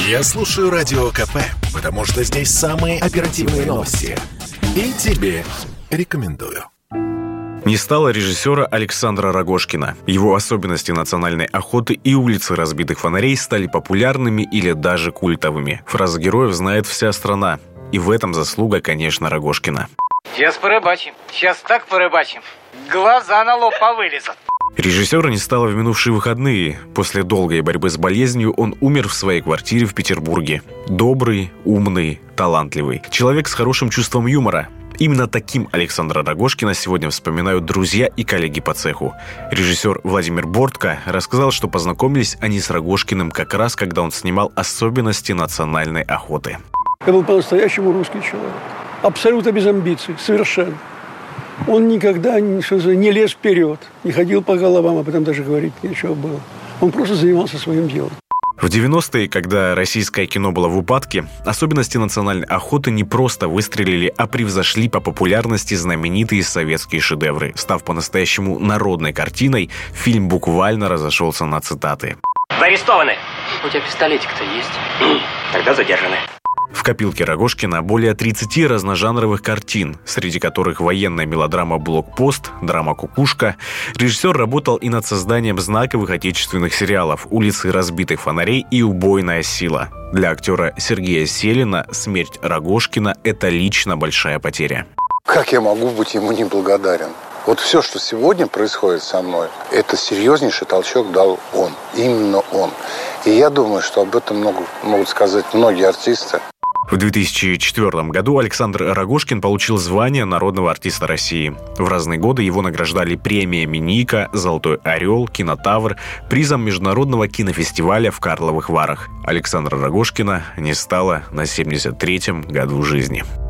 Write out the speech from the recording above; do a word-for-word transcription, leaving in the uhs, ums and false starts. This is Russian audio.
Я слушаю Радио КП, потому что здесь самые оперативные новости. И тебе рекомендую. Не стало режиссера Александра Рогожкина. Его особенности национальной охоты и улицы разбитых фонарей стали популярными или даже культовыми. Фраза героев знает вся страна. И в этом заслуга, конечно, Рогожкина. Сейчас порыбачим. Сейчас так порыбачим. Глаза на лоб повылезут. Режиссера не стало в минувшие выходные. После долгой борьбы с болезнью он умер в своей квартире в Петербурге. Добрый, умный, талантливый. Человек с хорошим чувством юмора. Именно таким Александра Рогожкина сегодня вспоминают друзья и коллеги по цеху. Режиссер Владимир Бортко рассказал, что познакомились они с Рогожкиным как раз, когда он снимал «Особенности национальной охоты». Это был по-настоящему русский человек. Абсолютно без амбиций, совершенно. Он никогда не лез вперед, не ходил по головам, а потом даже говорить нечего было. Он просто занимался своим делом. В девяностые, когда российское кино было в упадке, «Особенности национальной охоты» не просто выстрелили, а превзошли по популярности знаменитые советские шедевры. Став по-настоящему народной картиной, фильм буквально разошелся на цитаты. Вы арестованы. У тебя пистолетик-то есть? Тогда задержаны. В копилке Рогожкина более тридцати разножанровых картин, среди которых военная мелодрама «Блокпост», драма «Кукушка». Режиссер работал и над созданием знаковых отечественных сериалов «Улицы разбитых фонарей» и «Убойная сила». Для актера Сергея Селина смерть Рогожкина – это лично большая потеря. Как я могу быть ему неблагодарен? Вот все, что сегодня происходит со мной, это серьезнейший толчок дал он, именно он. И я думаю, что об этом много, могут сказать многие артисты. В две тысячи четвёртом году Александр Рогожкин получил звание народного артиста России. В разные годы его награждали премиями «Ника», «Золотой орел», «Кинотавр», призом Международного кинофестиваля в Карловых Варах. Александра Рогожкина не стало на семьдесят третьем году жизни.